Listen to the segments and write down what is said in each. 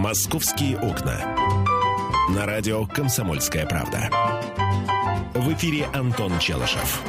«Московские окна». На радио «Комсомольская правда». В эфире Антон Челышев.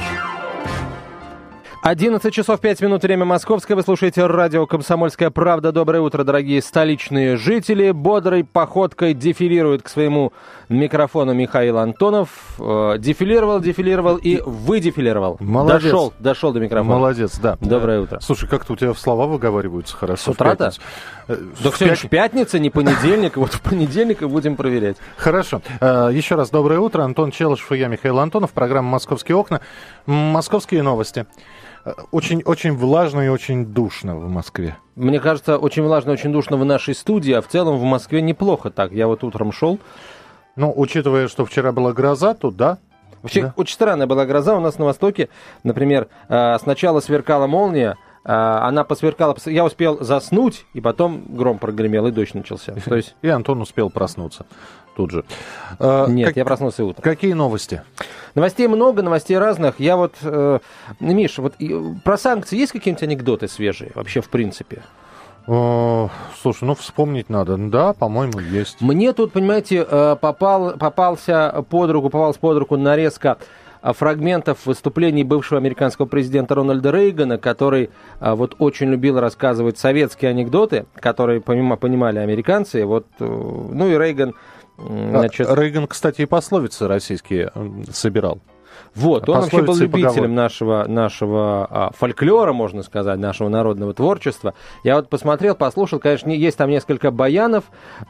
11 часов 5 минут, время московское. Вы слушаете радио «Комсомольская правда». Доброе утро, дорогие столичные жители. Бодрой походкой дефилирует к своему микрофону Михаил Антонов. Дефилировал и выдефилировал. Молодец. Дошел до микрофона. Молодец, да. Доброе утро. Слушай, как-то у тебя слова выговариваются хорошо. С утра-то? Да сегодня же пятница, не понедельник. Вот в понедельник и будем проверять. Хорошо. Еще раз доброе утро. Антон Челышев и я, Михаил Антонов. Программа «Московские окна». Московские новости. Очень влажно и очень душно в Москве. Мне кажется, очень влажно и очень душно в нашей студии, а в целом в Москве неплохо так. Я вот утром шел. Ну, учитывая, что вчера была гроза, то да. Вообще, да. Очень странная была гроза. У нас на востоке, например, сначала сверкала молния, она посверкала, я успел заснуть, и потом гром прогремел, и дождь начался. То есть... И Антон успел проснуться тут же. Нет, я проснулся утром. Какие новости? Новостей много, новостей разных. Я вот, Миш, вот про санкции есть какие-нибудь анекдоты свежие вообще в принципе? Слушай, ну вспомнить надо. Да, по-моему, есть. Мне тут, понимаете, попалась под руку нарезка фрагментов выступлений бывшего американского президента Рональда Рейгана, который вот очень любил рассказывать советские анекдоты, которые понимали американцы. Вот, ну и Рейган... Значит... Рейган, кстати, и пословицы российские собирал. Вот, он вообще был любителем нашего фольклора, можно сказать, нашего народного творчества. Я вот посмотрел, послушал, конечно, есть там несколько баянов,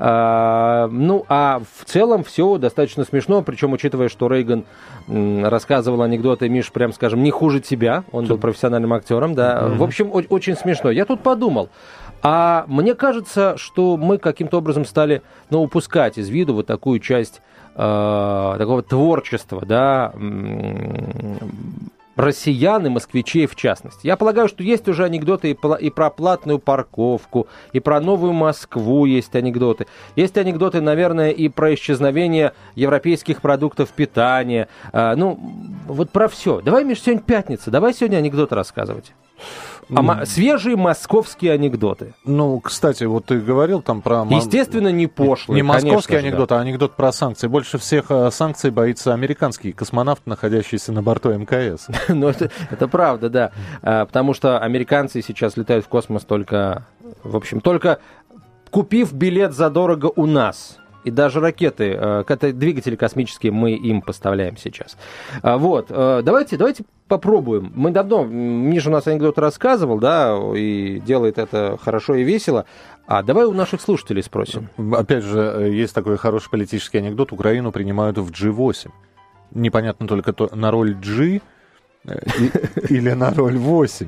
ну, а в целом все достаточно смешно, причем, учитывая, что Рейган рассказывал анекдоты, Миш, прям скажем, не хуже тебя, он был профессиональным актером, да, в общем, очень смешно. Я тут подумал, а мне кажется, что мы каким-то образом стали, ну, упускать из виду вот такую часть такого творчества, да, россиян и москвичей в частности. Я полагаю, что есть уже анекдоты и про платную парковку, и про Новую Москву есть анекдоты. Есть анекдоты, наверное, и про исчезновение европейских продуктов питания. Ну, вот про все. Давай, Миш, сегодня пятница, давай сегодня анекдоты рассказывать. Свежие московские анекдоты. Ну, кстати, вот ты говорил там про... Естественно, не пошлые. Не московский анекдот, да. А анекдот про санкции. Больше всех санкций боится американский космонавт, находящийся на борту МКС. Ну, это правда, да. Потому что американцы сейчас летают в космос только, в общем, только купив билет задорого у нас. И даже ракеты, двигатели космические мы им поставляем сейчас. Вот, давайте попробуем. Мы давно, Миша у нас анекдот рассказывал, да, и делает это хорошо и весело. А давай у наших слушателей спросим. Опять же, есть такой хороший политический анекдот. Украину принимают в G8. Непонятно только на роль G или на роль 8.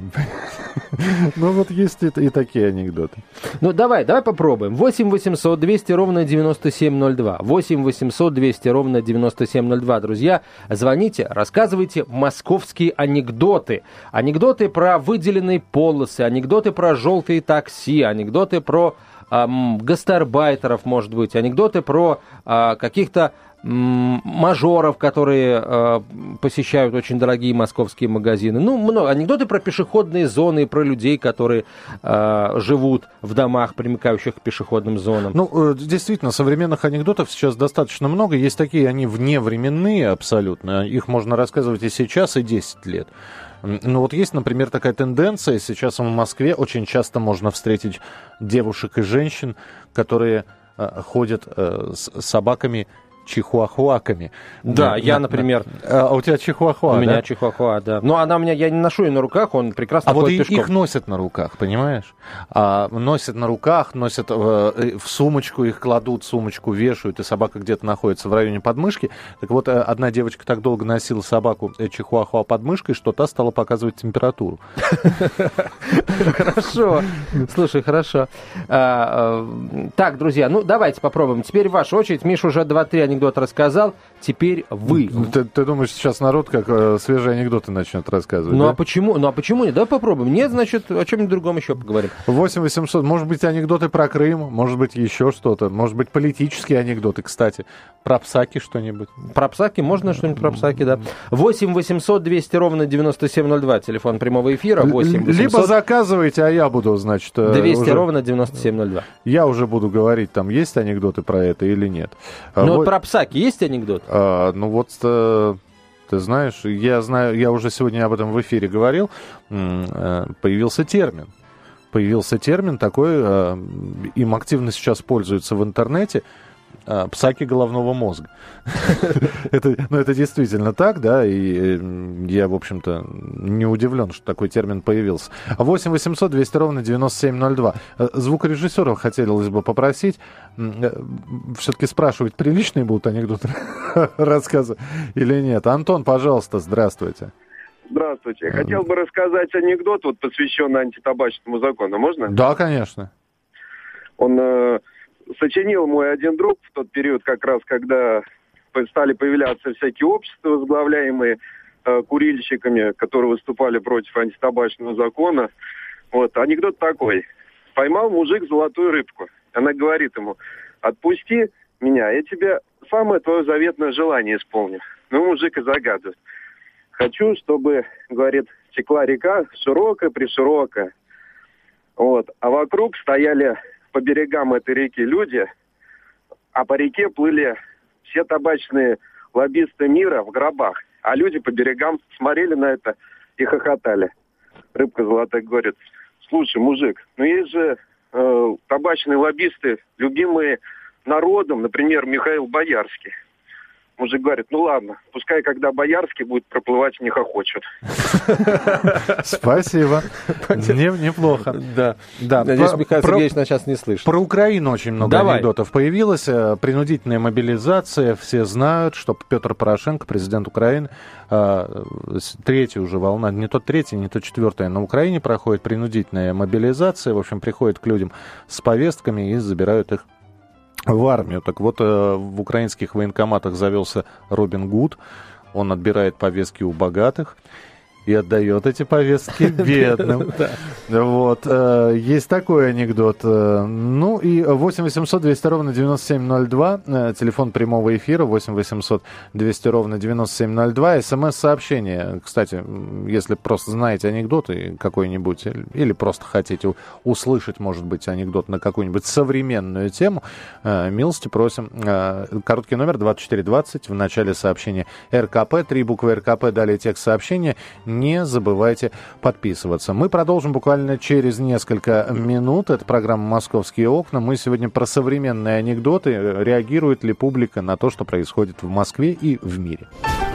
Ну вот есть и такие анекдоты. Ну давай попробуем. 8 800 200 ровно 9702. 8 800 200 ровно 9702. Друзья, звоните, рассказывайте московские анекдоты. Анекдоты про выделенные полосы, анекдоты про желтые такси, анекдоты про гастарбайтеров, может быть, анекдоты про каких-то мажоров, которые посещают очень дорогие московские магазины. Ну, много. Анекдоты про пешеходные зоны, про людей, которые живут в домах, примыкающих к пешеходным зонам. Ну, действительно, современных анекдотов сейчас достаточно много. Есть такие, они вневременные абсолютно. Их можно рассказывать и сейчас, и 10 лет. Ну, вот есть, например, такая тенденция. Сейчас в Москве очень часто можно встретить девушек и женщин, которые ходят с собаками чихуахуаками. Да, я, например... А у тебя чихуахуа, У меня чихуахуа, да. Но она у меня, я не ношу ее на руках, он прекрасно ходит пешком. А вот их носят на руках, понимаешь? Носят на руках, носят в сумочку, их кладут, сумочку вешают, и собака где-то находится в районе подмышки. Так вот, одна девочка так долго носила собаку чихуахуа под мышкой, что та стала показывать температуру. Хорошо. Слушай, хорошо. Так, друзья, ну давайте попробуем. Теперь ваша очередь. Миша уже 2-3 анекдот рассказал, теперь вы. Ты думаешь, сейчас народ как свежие анекдоты начнет рассказывать, Ну, да? а почему? Ну, а почему нет? Давай попробуем. Нет, значит, о чем-нибудь другом еще поговорим. 8 800, может быть, анекдоты про Крым, может быть, еще что-то, может быть, политические анекдоты, кстати. Про Псаки что-нибудь. Про Псаки? Можно что-нибудь про Псаки, да. 8 800 200 ровно 9702, телефон прямого эфира. 8 800 Либо заказывайте, а я буду, значит... 200 уже... ровно 9702. Я уже буду говорить, там есть анекдоты про это или нет. Ну, вот про Псаки есть анекдот? Ну, вот... Ты знаешь, я уже сегодня об этом в эфире говорил, появился термин такой, им активно сейчас пользуются в интернете, Псаки головного мозга. Это действительно так, да, и я, в общем-то, не удивлен, что такой термин появился. 8 800 200 ровно 9702. Звукорежиссера хотелось бы попросить все-таки спрашивать, приличные будут анекдоты рассказы или нет. Антон, пожалуйста, здравствуйте. Здравствуйте. Хотел бы рассказать анекдот, вот, посвященный антитабачному закону. Можно? Да, конечно. Он сочинил мой один друг в тот период, как раз, когда стали появляться всякие общества, возглавляемые курильщиками, которые выступали против антитабачного закона. Вот. Анекдот такой. Поймал мужик золотую рыбку. Она говорит ему: отпусти меня, я тебе самое твое заветное желание исполню. Ну, мужик и загадывает. Хочу, чтобы, говорит, текла река широкая-приширокая. Вот. А вокруг стояли по берегам этой реки люди, а по реке плыли все табачные лоббисты мира в гробах. А люди по берегам смотрели на это и хохотали. Рыбка золотая говорит: слушай, мужик, ну есть же табачные лоббисты, любимые народом, например, Михаил Боярский. Мужик говорит: ну ладно, пускай, когда Боярский будет проплывать, не хохочут. Спасибо. Неплохо. Да. Надеюсь, Михаил Сергеевич нас сейчас не слышит. Про Украину очень много анекдотов появилось. Принудительная мобилизация. Все знают, что Петр Порошенко, президент Украины, третья уже волна, не то третья, не то четвертая, на Украине проходит принудительная мобилизация. В общем, приходят к людям с повестками и забирают их в армию. Так вот, в украинских военкоматах завелся Робин Гуд. Он отбирает повестки у богатых и отдает эти повестки бедным. Вот. Есть такой анекдот. Ну и 8 800 200 ровно 9702. Телефон прямого эфира 8 800 200 ровно 9702. СМС-сообщение. Кстати, если просто знаете анекдоты какой-нибудь или просто хотите услышать, может быть, анекдот на какую-нибудь современную тему, милости просим. Короткий номер 2420. В начале сообщения РКП. 3 буквы РКП. Далее текст сообщения. Не забывайте подписываться. Мы продолжим буквально через несколько минут. Это программа «Московские окна». Мы сегодня про современные анекдоты. Реагирует ли публика на то, что происходит в Москве и в мире?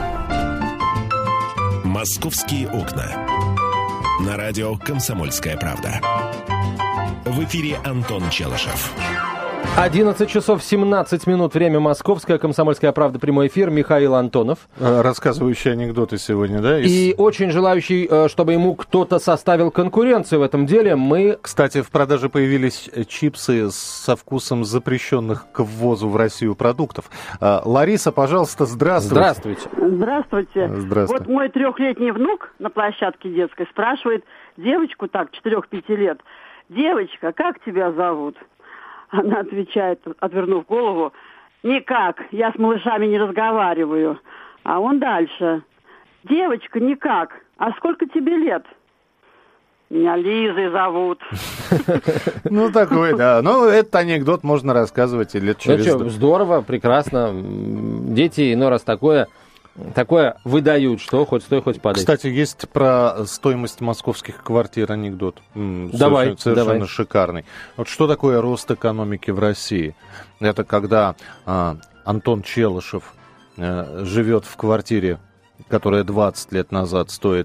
«Московские окна». На радио «Комсомольская правда». В эфире Антон Челышев. 11 часов 17 минут. Время московское. «Комсомольская правда». Прямой эфир. Михаил Антонов. Рассказывающий анекдоты сегодня, да? И очень желающий, чтобы ему кто-то составил конкуренцию в этом деле. Мы... Кстати, в продаже появились чипсы со вкусом запрещенных к ввозу в Россию продуктов. Лариса, пожалуйста, здравствуйте. Здравствуйте. Здравствуйте. Вот мой 3-летний внук на площадке детской спрашивает девочку, так, 4-5 лет: девочка, как тебя зовут? Она отвечает, отвернув голову: никак, я с малышами не разговариваю. А он дальше: девочка, никак, а сколько тебе лет? Меня Лизой зовут. Ну, такой, да. Ну, этот анекдот можно рассказывать и лет через... Ну, что, здорово, прекрасно. Дети иной раз такое выдают, что хоть стой, хоть падай. Кстати, есть про стоимость московских квартир анекдот. Давай. Совершенно шикарный. Вот что такое рост экономики в России? Это когда Антон Челышев живет в квартире, которая 20 лет назад стоила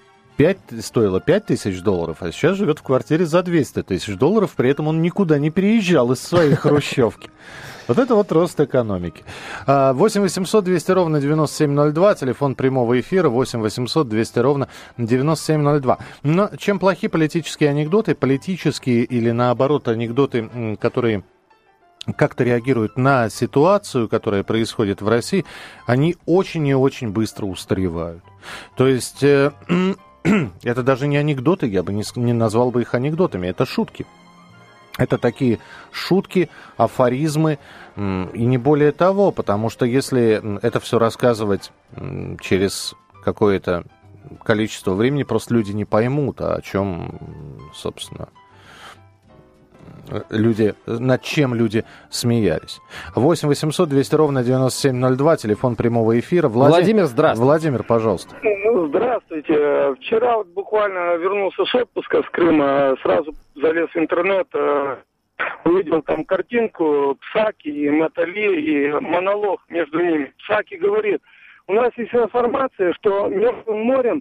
$5 тысяч, а сейчас живет в квартире за $200 тысяч. При этом он никуда не переезжал из своей хрущевки. Вот это вот рост экономики. 8 800 200 ровно 9702, телефон прямого эфира 8 800 200 ровно 9702. Но чем плохи политические анекдоты, политические или наоборот анекдоты, которые как-то реагируют на ситуацию, которая происходит в России, они очень и очень быстро устаревают. То есть это даже не анекдоты, я бы не назвал бы их анекдотами, это шутки. Это такие шутки, афоризмы и не более того, потому что если это все рассказывать через какое-то количество времени, просто люди не поймут, о чем, собственно, над чем люди смеялись. 8 800 200 ровно 9702, телефон прямого эфира. Владимир, здравствуйте. Владимир, пожалуйста. Здравствуйте. Вчера вот буквально вернулся с отпуска с Крыма, сразу залез в интернет, увидел там картинку Псаки и Натали, и монолог между ними. Псаки говорит: у нас есть информация, что Мертвое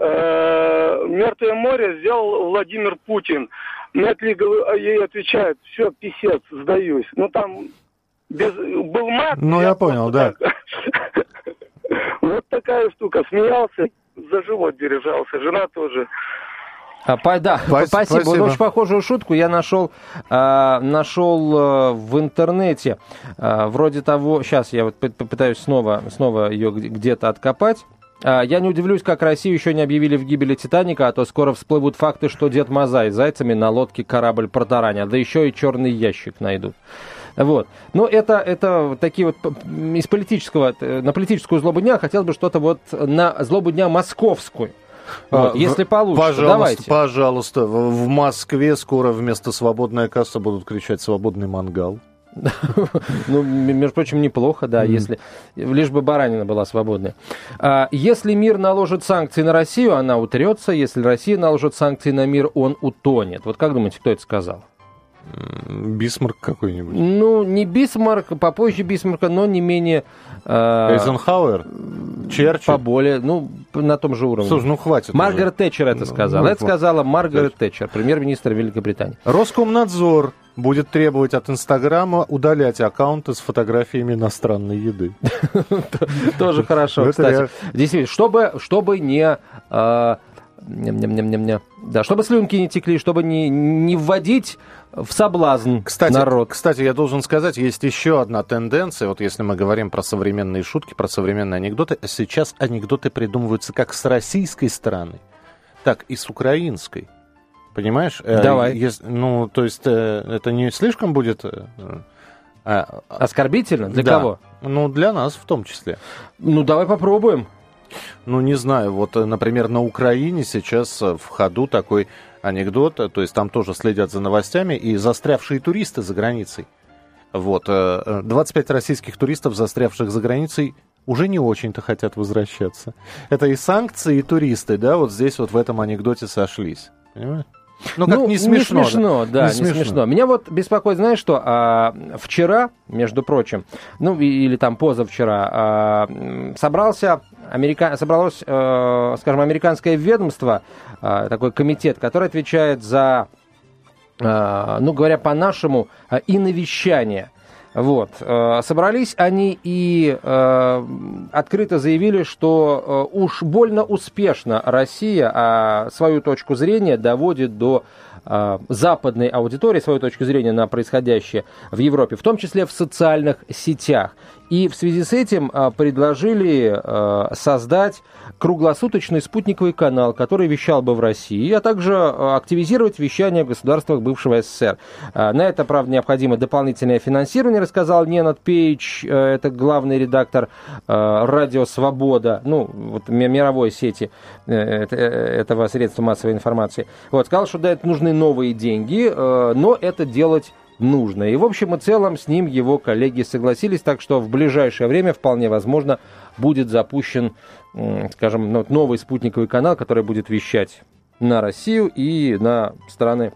море сделал Владимир Путин. Натали ей отвечает: все, писец, сдаюсь. Ну там был мат. Ну я понял, да. Вот такая штука. Смеялся, за живот держался. Жена тоже. Спасибо. Вот очень похожую шутку я нашел в интернете. Вроде того, сейчас я вот попытаюсь снова ее где-то откопать. Я не удивлюсь, как Россию еще не объявили в гибели «Титаника», а то скоро всплывут факты, что Дед Мазай с зайцами на лодке корабль протаранил, да еще и черный ящик найдут. Вот. Но это такие вот на политическую злобу дня хотелось бы что-то вот на злобу дня московскую. Вот, если получится, давайте. Пожалуйста, в Москве скоро вместо «свободная касса» будут кричать «свободный мангал». Ну, между прочим, неплохо, да, если лишь бы баранина была свободная. Если мир наложит санкции на Россию, она утрется. Если Россия наложит санкции на мир, он утонет. Вот как думаете, кто это сказал? Бисмарк какой-нибудь? Ну, не Бисмарк, попозже Бисмарка, но не менее... Эйзенхауэр? Черчилль? Поболее, на том же уровне. Слушай, хватит. Маргарет Тэтчер это сказала. Это сказала Маргарет Тэтчер, премьер-министр Великобритании. Роскомнадзор будет требовать от Инстаграма удалять аккаунты с фотографиями иностранной еды. Тоже хорошо, кстати. Действительно, чтобы не... Да, чтобы слюнки не текли, чтобы не вводить в соблазн народ. Кстати, я должен сказать, есть еще одна тенденция. Вот если мы говорим про современные шутки, про современные анекдоты, сейчас анекдоты придумываются как с российской стороны, так и с украинской. Понимаешь? Давай. То есть это не слишком будет... Оскорбительно? Для кого? Для нас в том числе. Давай попробуем. Не знаю, вот, например, на Украине сейчас в ходу такой анекдот, то есть там тоже следят за новостями, и застрявшие туристы за границей. Вот, 25 российских туристов, застрявших за границей, уже не очень-то хотят возвращаться. Это и санкции, и туристы, да, вот здесь вот в этом анекдоте сошлись. Понимаешь? Не смешно. Не смешно. Меня вот беспокоит, знаешь что, вчера, между прочим, или там позавчера, собралось, скажем, американское ведомство, такой комитет, который отвечает за, говоря по-нашему, иновещание. Вот. Собрались они и открыто заявили, что уж больно успешно Россия свою точку зрения доводит до западной аудитории, свою точку зрения на происходящее в Европе, в том числе в социальных сетях. И в связи с этим предложили создать круглосуточный спутниковый канал, который вещал бы в России, а также активизировать вещание в государствах бывшего СССР. На это, правда, необходимо дополнительное финансирование, рассказал Ненад Пейдж, это главный редактор «Радио Свобода», мировой сети этого средства массовой информации. Вот, сказал, что да, это нужны новые деньги, но это делать нужно. И в общем и целом с ним его коллеги согласились, так что в ближайшее время вполне возможно будет запущен, скажем, новый спутниковый канал, который будет вещать на Россию и на страны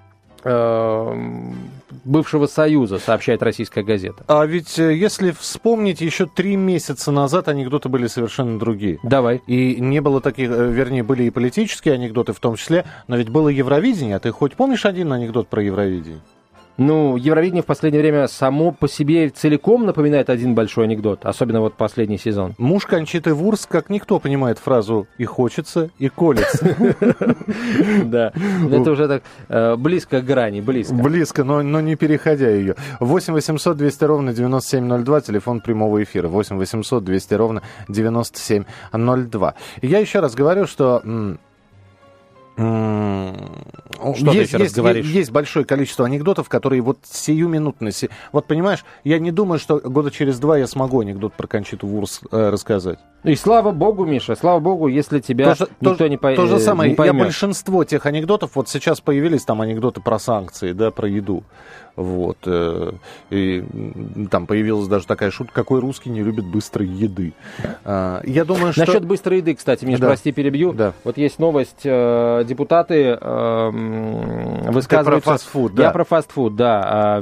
бывшего Союза, сообщает «Российская газета». А ведь если вспомнить, еще 3 месяца назад анекдоты были совершенно другие. Давай. И не было таких, вернее, были и политические анекдоты в том числе, но ведь было Евровидение. А ты хоть помнишь один анекдот про Евровидение? Ну, Евровидение в последнее время само по себе целиком напоминает один большой анекдот, особенно вот последний сезон. Муж Кончиты Вурст, как никто, понимает фразу «и хочется, и колется». Да, это уже так близко к грани, близко. Близко, но не переходя ее. 8 800 200 ровно 9702, телефон прямого эфира. 8 800 200 ровно 9702. Я еще раз говорю, что... Что ты еще раз говоришь? Есть большое количество анекдотов, которые вот сиюминутно... Вот понимаешь, я не думаю, что года через 2 я смогу анекдот про Кончиту Вурст рассказать. И слава богу, Миша, слава богу, если тебя никто не поймет. То же самое, я большинство тех анекдотов, вот сейчас появились там анекдоты про санкции, да, про еду. Вот. И там появилась даже такая шутка, какой русский не любит быстрой еды. Я думаю, что... Насчет быстрой еды, кстати, Миш, прости, перебью. Да. Вот есть новость, депутаты высказываются... Ты про фастфуд, да. Я про фастфуд, да.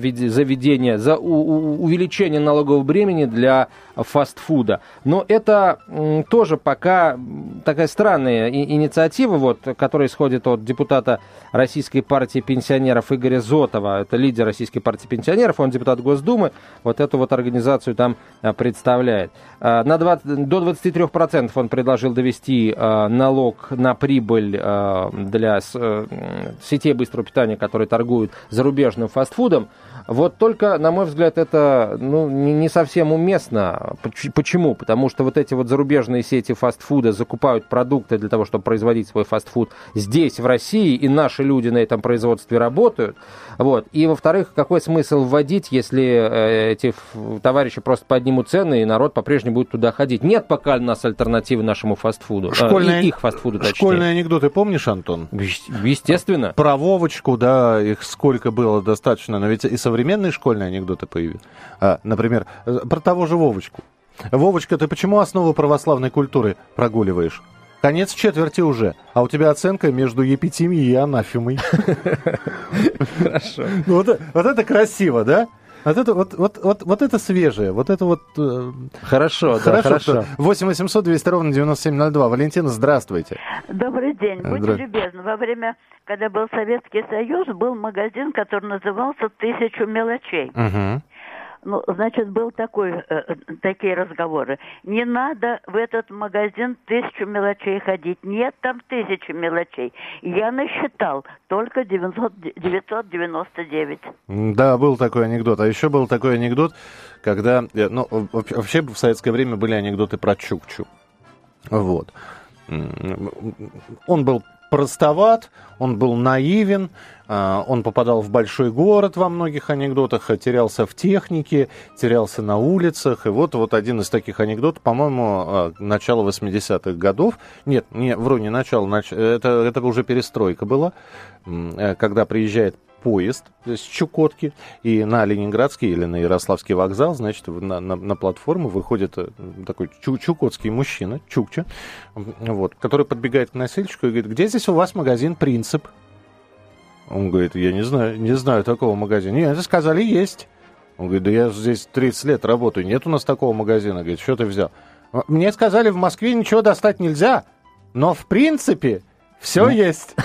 За увеличение налогового бремени для фастфуда. Но это тоже пока такая странная инициатива, вот, которая исходит от депутата Российской партии пенсионеров Игоря Зотова. Это лидер Российской партии пенсионеров, он депутат Госдумы, вот эту вот организацию там представляет. До 23% он предложил довести налог на прибыль для сетей быстрого питания, которые торгуют зарубежным фастфудом. Вот только, на мой взгляд, это не совсем уместно. Почему? Потому что вот эти вот зарубежные сети фастфуда закупают продукты для того, чтобы производить свой фастфуд здесь, в России, и наши люди на этом производстве работают. Вот. И, во-вторых, какой смысл вводить, если эти товарищи просто поднимут цены, и народ по-прежнему будет туда ходить? Нет пока у нас альтернативы нашему фастфуду. Их фастфуду, точнее. Школьные анекдоты помнишь, Антон? Естественно. Про Вовочку, да, их сколько было достаточно, но ведь и современные школьные анекдоты появились. Например, про того же Вовочку. Вовочка, ты почему основу православной культуры прогуливаешь? Конец четверти уже, а у тебя оценка между епитимией и анафемой. Хорошо. Вот это красиво, да? Вот это свежее, вот это вот... Хорошо, да, хорошо. 8 800 200 ровно 9702. Валентина, здравствуйте. Добрый день. Будьте любезны. Во время, когда был Советский Союз, был магазин, который назывался «1000 мелочей». Угу. Ну, значит, был такие разговоры. Не надо в этот магазин 1000 мелочей ходить. Нет там 1000 мелочей. Я насчитал только 999. Да, был такой анекдот. А еще был такой анекдот, когда... вообще в советское время были анекдоты про Чукчу. Вот. Он был простоват, он был наивен, он попадал в большой город во многих анекдотах, терялся в технике, терялся на улицах. И вот один из таких анекдотов, по-моему, начала 80-х годов. Нет, не начало, это уже перестройка была, когда приезжает поезд с Чукотки, и на Ленинградский или на Ярославский вокзал, значит, на платформу выходит такой чукотский мужчина, Чукча, вот, который подбегает к носильщику и говорит: где здесь у вас магазин «Принцип»? Он говорит: я не знаю такого магазина. Нет, сказали, есть. Он говорит: да я здесь 30 лет работаю, нет у нас такого магазина. Говорит: что ты взял? Мне сказали, в Москве ничего достать нельзя, но в «Принципе» все есть.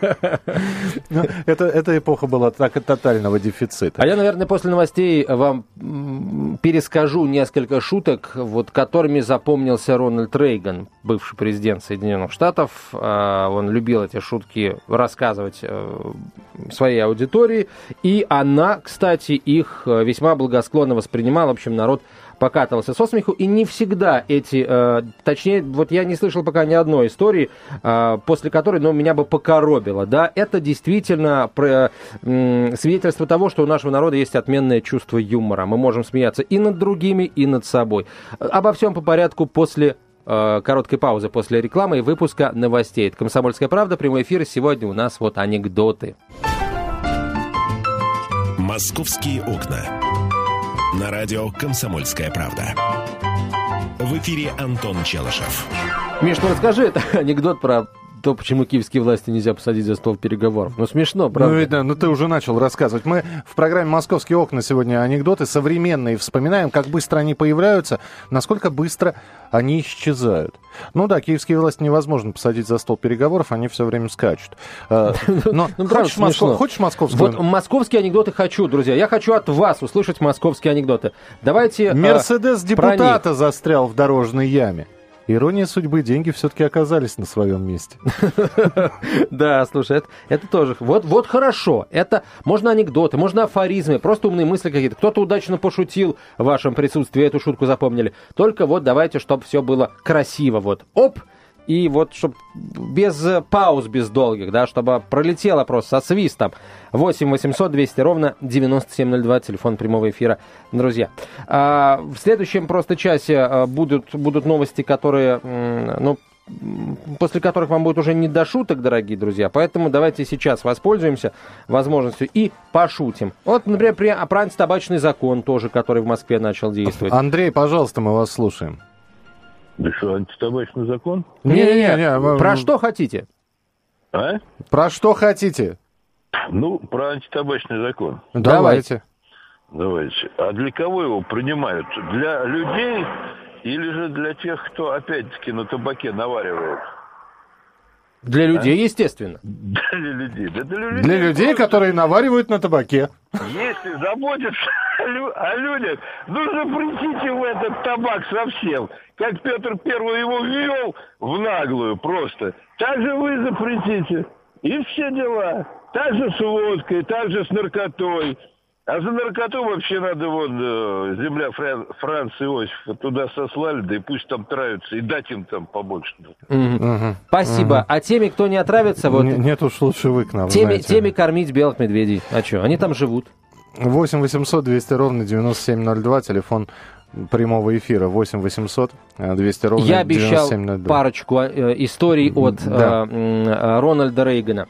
Эта эпоха была тотального дефицита. А я, наверное, после новостей вам перескажу несколько шуток, вот, которыми запомнился Рональд Рейган, бывший президент Соединенных Штатов. Он любил эти шутки рассказывать своей аудитории. И она, кстати, их весьма благосклонно воспринимала. В общем, народ покатывался со смеху, и не всегда точнее, вот я не слышал пока ни одной истории, после которой, меня бы покоробило, да, это действительно свидетельство того, что у нашего народа есть отменное чувство юмора. Мы можем смеяться и над другими, и над собой. Обо всем по порядку после короткой паузы, после рекламы и выпуска новостей. Это «Комсомольская правда», прямой эфир, сегодня у нас вот анекдоты. «Московские окна». На радио «Комсомольская правда». В эфире Антон Челышев. Миш, расскажи, это анекдот про то, почему киевские власти нельзя посадить за стол переговоров. Ну, смешно, правда? Ну, ты уже начал рассказывать. Мы в программе «Московские окна» сегодня анекдоты современные вспоминаем, как быстро они появляются, насколько быстро они исчезают. Ну да, киевские власти невозможно посадить за стол переговоров, они все время скачут. Но хочешь московскую? Вот московские анекдоты хочу, друзья. Я хочу от вас услышать московские анекдоты. Давайте Мерседес депутата застрял в дорожной яме. Ирония судьбы, деньги все-таки оказались на своем месте. Да, слушай, это тоже... Вот хорошо. Это можно анекдоты, можно афоризмы, просто умные мысли какие-то. Кто-то удачно пошутил в вашем присутствии, эту шутку запомнили. Только вот давайте, чтобы все было красиво. Вот, оп! И вот, чтобы без пауз, без долгих, да, чтобы пролетело просто со свистом. 8 800 200 ровно 9702, телефон прямого эфира. Друзья, в следующем просто часе будут новости, которые, после которых вам будет уже не до шуток, дорогие друзья. Поэтому давайте сейчас воспользуемся возможностью и пошутим. Вот, например, про антитабачный закон тоже, который в Москве начал действовать. Андрей, пожалуйста, мы вас слушаем. Да что, антитабачный закон? Не-не-не, про что хотите? А? Про что хотите? Ну, про антитабачный закон. Давайте. А для кого его принимают? Для людей или же для тех, кто, опять-таки, на табаке наваривает? Для людей, естественно. Для людей. Да для людей, которые наваривают на табаке. Если заботятся о людях, ну запретите в этот табак совсем. Как Петр Первый его ввел в наглую просто. Так же вы запретите. И все дела. Так же с водкой, так же с наркотой. А за наркоту вообще надо земля Франца Иосифа туда сослали, да и пусть там травятся, и дать им там побольше. Спасибо. А теми, кто не отравится, вот... Нет уж, лучше вы к нам, теми кормить белых медведей. А что, они там живут. 8 800 200 ровно 9702, телефон прямого эфира 8 800 200 ровно 9702. Я обещал парочку историй от Рональда Рейгана.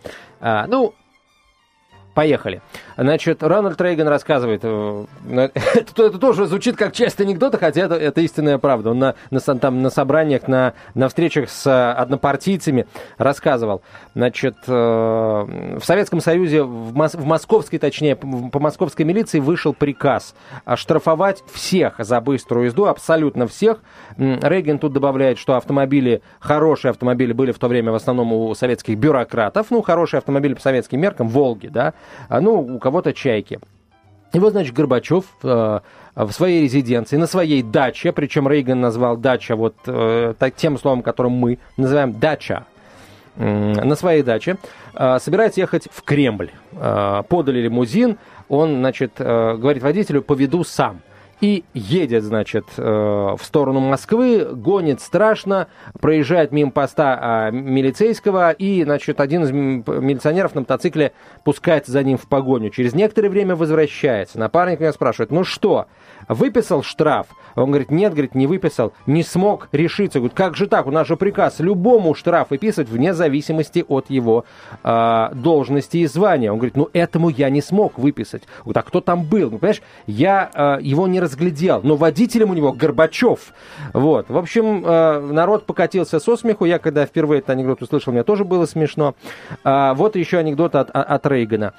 Поехали. Значит, Рональд Рейган рассказывает, это тоже звучит как часть анекдота, хотя это истинная правда. Он на собраниях, на встречах с однопартийцами рассказывал. Значит, в Советском Союзе, в московской, точнее, по московской милиции вышел приказ оштрафовать всех за быструю езду, абсолютно всех. Рейган тут добавляет, что хорошие автомобили были в то время в основном у советских бюрократов, хорошие автомобили по советским меркам, «Волги», да, у кого-то «Чайки». И вот, значит, Горбачев в своей резиденции, на своей даче, причем Рейган назвал дача тем словом, которым мы называем дача, на своей даче, собирается ехать в Кремль. Подали лимузин, он, значит, говорит водителю: поведу сам. И едет, значит, в сторону Москвы, гонит страшно, проезжает мимо поста милицейского, и, значит, один из милиционеров на мотоцикле пускается за ним в погоню. Через некоторое время возвращается. Напарник меня спрашивает: ну что, выписал штраф? Он говорит: нет, говорит, не выписал, не смог решиться. Говорит: как же так? У нас же приказ любому штраф выписывать вне зависимости от его должности и звания. Он говорит: этому я не смог выписать. Вот, а кто там был? Понимаешь, я его не разглядел, но водителем у него Горбачев. Вот. В общем, народ покатился со смеху. Я, когда впервые этот анекдот услышал, мне тоже было смешно. Вот еще анекдот от Рейгана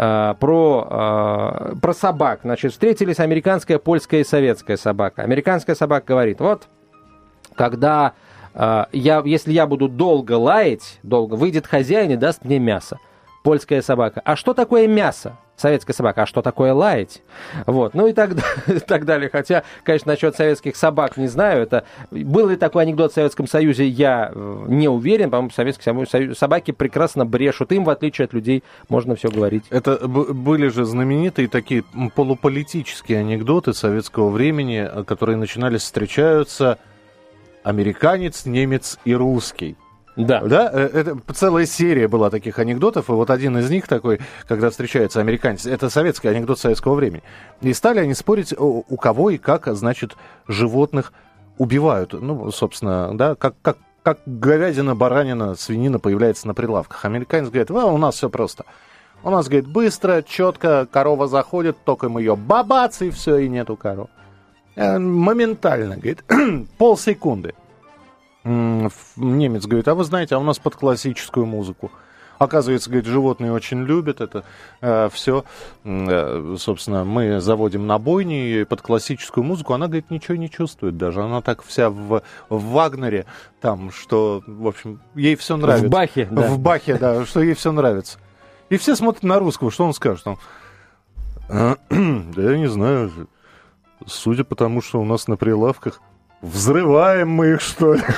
про собак. Значит, встретились американская, польская и советская собака. Американская собака говорит: вот, когда если я буду долго лаять, выйдет хозяин и даст мне мясо. Польская собака: а что такое мясо? Советская собака: а что такое лаять? Вот, и так далее. Хотя, конечно, насчет советских собак не знаю. Был ли такой анекдот в Советском Союзе, я не уверен. По-моему, советские собаки прекрасно брешут. Им, в отличие от людей, можно все говорить. Это были же знаменитые такие полуполитические анекдоты советского времени, которые начинались: встречаются американец, немец и русский. Да. Это целая серия была таких анекдотов, и вот один из них такой, когда встречается американец, это советский анекдот советского времени. И стали они спорить, у кого и как, значит, животных убивают. Собственно, да, как говядина, баранина, свинина появляется на прилавках. Американец говорит: у нас все просто. У нас, говорит, быстро, четко, корова заходит, током ее бабац, и все, и нету коровы. Моментально, говорит, полсекунды. Немец говорит, а вы знаете, а у нас под классическую музыку. Оказывается, говорит, животные очень любят это все. Собственно, мы заводим на бойни под классическую музыку. Она, говорит, ничего не чувствует даже. Она так вся в Вагнере, там, что, в общем, ей все нравится. В Бахе, да. В Бахе, да, что ей все нравится. И все смотрят на русского, что он скажет? Да я не знаю, судя по тому, что у нас на прилавках, взрываем мы их, что ли?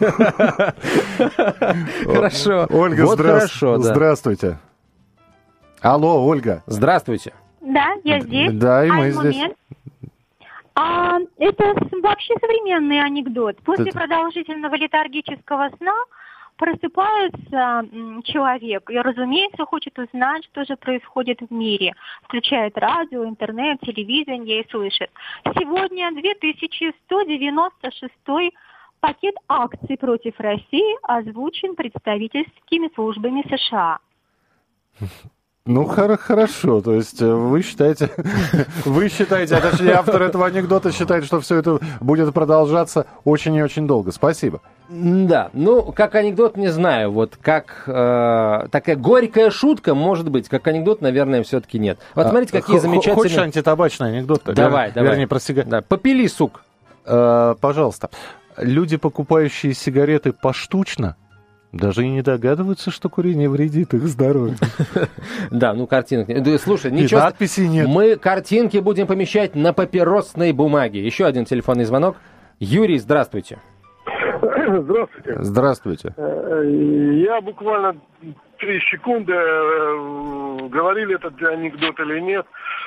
Хорошо. Ольга, вот хорошо, да. Здравствуйте. Алло, Ольга. Здравствуйте. Да, я здесь. Да, и мы здесь. Это вообще современный анекдот. После продолжительного летаргического сна просыпается человек и, разумеется, хочет узнать, что же происходит в мире. Включает радио, интернет, телевидение и слышит. Сегодня 2196 пакет акций против России озвучен представительскими службами США. Ну, хорошо, то есть вы считаете, а точнее автор этого анекдота считает, что все это будет продолжаться очень и очень долго. Спасибо. Да, ну, как анекдот, не знаю, вот как такая горькая шутка, может быть, как анекдот, наверное, все-таки нет. Вот смотрите, какие замечательные... Хочешь антитабачный анекдот? Давай. Вернее, про сигареты. Да, попили, сук. Пожалуйста. Люди, покупающие сигареты поштучно, даже и не догадываются, что курение вредит их здоровью. Да, ну картинки. Слушай, ничего. Надписей нет. Мы картинки будем помещать на папиросной бумаге. Еще один телефонный звонок. Юрий, здравствуйте. Здравствуйте. Здравствуйте. Я буквально 3 секунды, говорили этот анекдот или нет.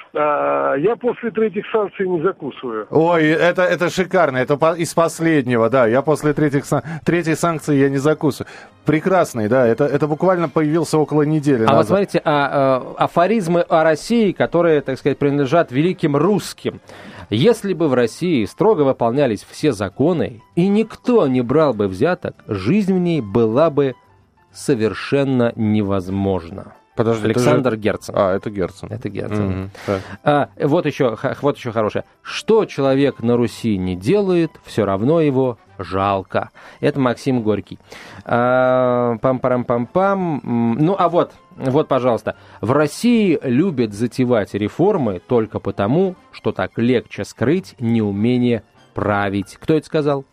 Я после 3 санкций не закусываю. Ой, это шикарно, это из последнего, да. Я после 3 санкции я не закусываю. Прекрасный, да, это буквально появился около недели назад. Вот смотрите, афоризмы о России, которые, так сказать, принадлежат великим русским. Если бы в России строго выполнялись все законы, и никто не брал бы взяток, жизнь в ней была бы совершенно невозможна. Подожди, Александр Герцен. Это Герцен. Это Герцен. Вот еще хорошее. Что человек на Руси не делает, все равно его жалко. Это Максим Горький. Пам-парам-пам-пам. Ну, а вот, пожалуйста. В России любят затевать реформы только потому, что так легче скрыть неумение править. Кто это сказал?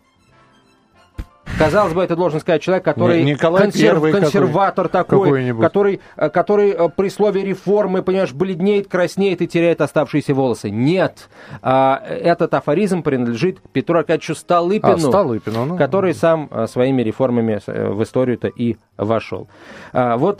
Казалось бы, это должен сказать человек, который консерватор такой, который при слове реформы, понимаешь, бледнеет, краснеет и теряет оставшиеся волосы. Нет, этот афоризм принадлежит Петру Аркадьевичу Столыпину, который сам своими реформами в историю-то и вошел. Вот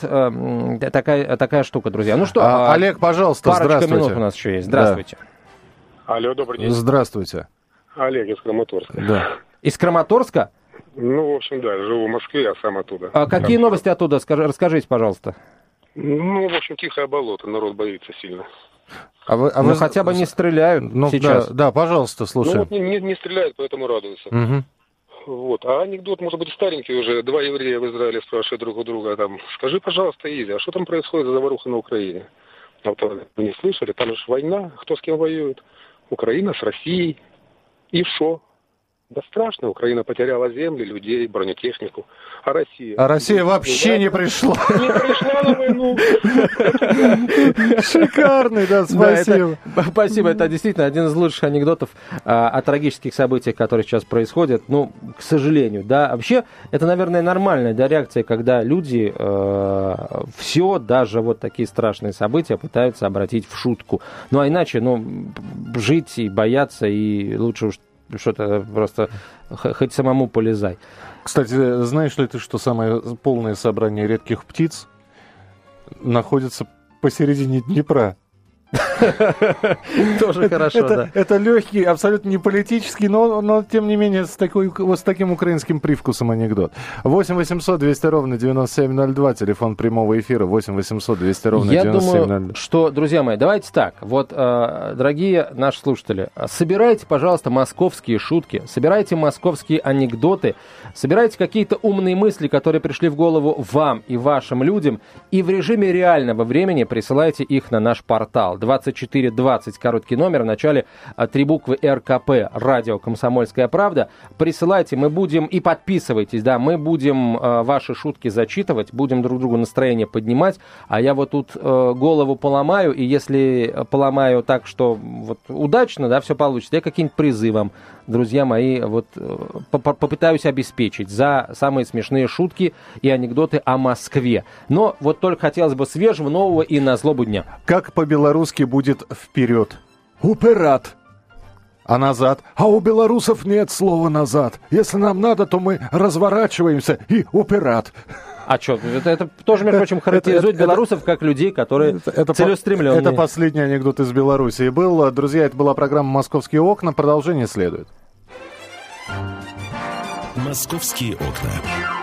такая штука, друзья. Ну что, Олег, пожалуйста, парочка минут у нас еще есть. Здравствуйте. Да. Алло, добрый день. Здравствуйте. Олег из Краматорска. Да. Из Краматорска? Ну, в общем, да, живу в Москве, а сам оттуда. Какие новости оттуда? Расскажите, пожалуйста. Ну, в общем, тихое болото, народ боится сильно. Вы хотя бы не стреляют сейчас? Да, пожалуйста, слушай. Ну, вот не стреляют, поэтому радуются. Угу. Вот. А анекдот, может быть, старенький уже. 2 еврея в Израиле спрашивают друг у друга, там, скажи, пожалуйста, Изя, а что там происходит за заваруха на Украине? Вот вы не слышали, там же война, кто с кем воюет? Украина с Россией. И шо? Да страшно, Украина потеряла земли, людей, бронетехнику. А Россия? А Россия вообще не пришла. Не пришла на войну. Шикарный, да, спасибо. Спасибо, это действительно один из лучших анекдотов о трагических событиях, которые сейчас происходят. Ну, к сожалению, да. Вообще, это, наверное, нормальная реакция, когда люди все, даже вот такие страшные события пытаются обратить в шутку. Ну, а иначе, жить и бояться, и лучше уж что-то просто хоть самому полезай. Кстати, знаешь ли ты, что самое полное собрание редких птиц находится посередине Днепра? Тоже хорошо, да. Это легкий, абсолютно не политический, но тем не менее с таким украинским привкусом анекдот. 8 800 200 ровно 9702, телефон прямого эфира 8 800 200 ровно 9702. Я думаю, что, друзья мои, давайте так. Вот, дорогие наши слушатели, собирайте, пожалуйста, московские шутки, собирайте московские анекдоты, собирайте какие-то умные мысли, которые пришли в голову вам и вашим людям, и в режиме реального времени присылайте их на наш портал 24 9420, короткий номер, в начале 3 буквы РКП, радио «Комсомольская правда». Присылайте, мы будем, и подписывайтесь, да, мы будем ваши шутки зачитывать, будем друг другу настроение поднимать, а я вот тут голову поломаю, и если поломаю так, что вот удачно, да, все получится, я какие-нибудь призы вам, друзья мои, вот попытаюсь обеспечить за самые смешные шутки и анекдоты о Москве. Но вот только хотелось бы свежего, нового и на злобу дня. Как по-белорусски будет «вперед»? «Уперад». А назад? А у белорусов нет слова «назад». Если нам надо, то мы разворачиваемся и «уперад». А что, это тоже, между прочим, характеризует белорусов как людей, которые целеустремленные. Это последний анекдот из Белоруссии был. Друзья, это была программа «Московские окна». Продолжение следует. «Московские окна».